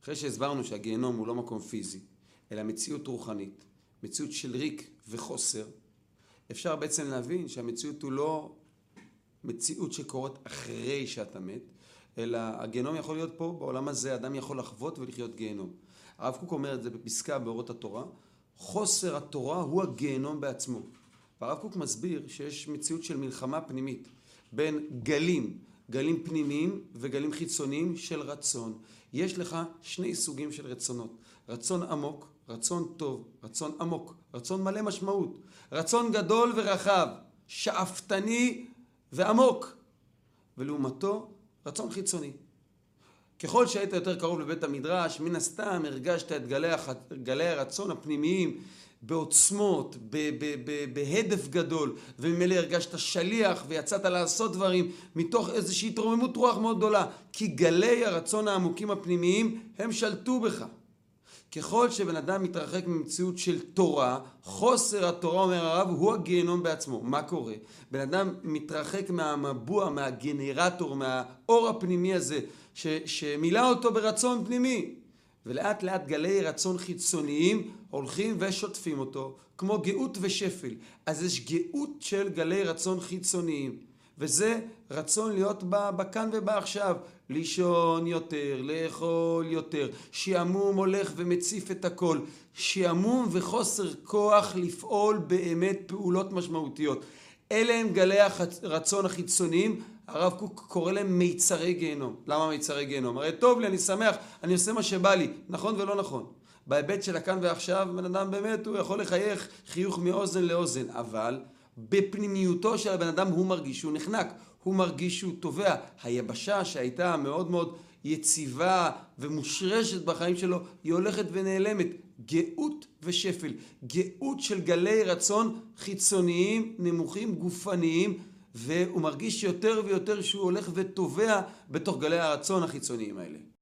אחרי שהסברנו שהגיהנום הוא לא מקום פיזי, אלא מציאות רוחנית, מציאות של ריק וחוסר, אפשר בעצם להבין שהמציאות הוא לא מציאות שקורית אחרי שאתה מת, אלא הגיהנום יכול להיות פה, בעולם הזה אדם יכול לחוות ולחיות גיהנום. הרב קוק אומר את זה בפסקה באורות התורה, חוסר התורה הוא הגיהנום בעצמו. והרב קוק מסביר שיש מציאות של מלחמה פנימית בין גלים פנימיים וגלים חיצוניים של רצון. יש לך שני סוגים של רצונות, רצון עמוק, רצון טוב, רצון עמוק, רצון מלא משמעות, רצון גדול ורחב, שאפתני ועמוק, ולעומתו רצון חיצוני. ככל שהיית יותר קרוב לבית המדרש, מן הסתם הרגשת את גלי הרצון הפנימיים בעוצמות, בהדף גדול, וממילא הרגשת שליח ויצאת לעשות דברים מתוך איזושהי התרוממות רוח מאוד גדולה, כי גלי הרצון העמוקים הפנימיים הם שלטו בך. ככל שבן אדם מתרחק ממציאות של תורה, חוסר התורה, אומר הרב, הוא הגיהנום בעצמו. מה קורה? בן אדם מתרחק מהמבוע, מהגנרטור, מהאור הפנימי הזה, שמילא אותו ברצון פנימי. ולאט לאט גלי רצון חיצוניים הולכים ושוטפים אותו, כמו גאות ושפל. אז יש גאות של גלי רצון חיצוניים. וזה רצון להיות בכאן ובעכשיו, לישון יותר, לאכול יותר, שעמום הולך ומציף את הכל, שעמום וחוסר כוח לפעול באמת פעולות משמעותיות. אלה הם גלי הרצון החיצוניים, הרב קוק קורא להם מיצרי גיהנום. למה מיצרי גיהנום? הרי טוב לי, אני שמח, אני עושה מה שבא לי, נכון ולא נכון. בהיבט של הכאן ועכשיו, בן אדם באמת הוא יכול לחייך חיוך מאוזן לאוזן, אבל בפנימיותו של הבן אדם הוא מרגיש שהוא נחנק, הוא מרגיש שהוא תובע. היבשה שהייתה מאוד מאוד יציבה ומושרשת בחיים שלו, היא הולכת ונעלמת. גאות ושפל, גאות של גלי רצון חיצוניים, נמוכים, גופניים, והוא מרגיש יותר ויותר שהוא הולך ותובע בתוך גלי הרצון החיצוניים האלה.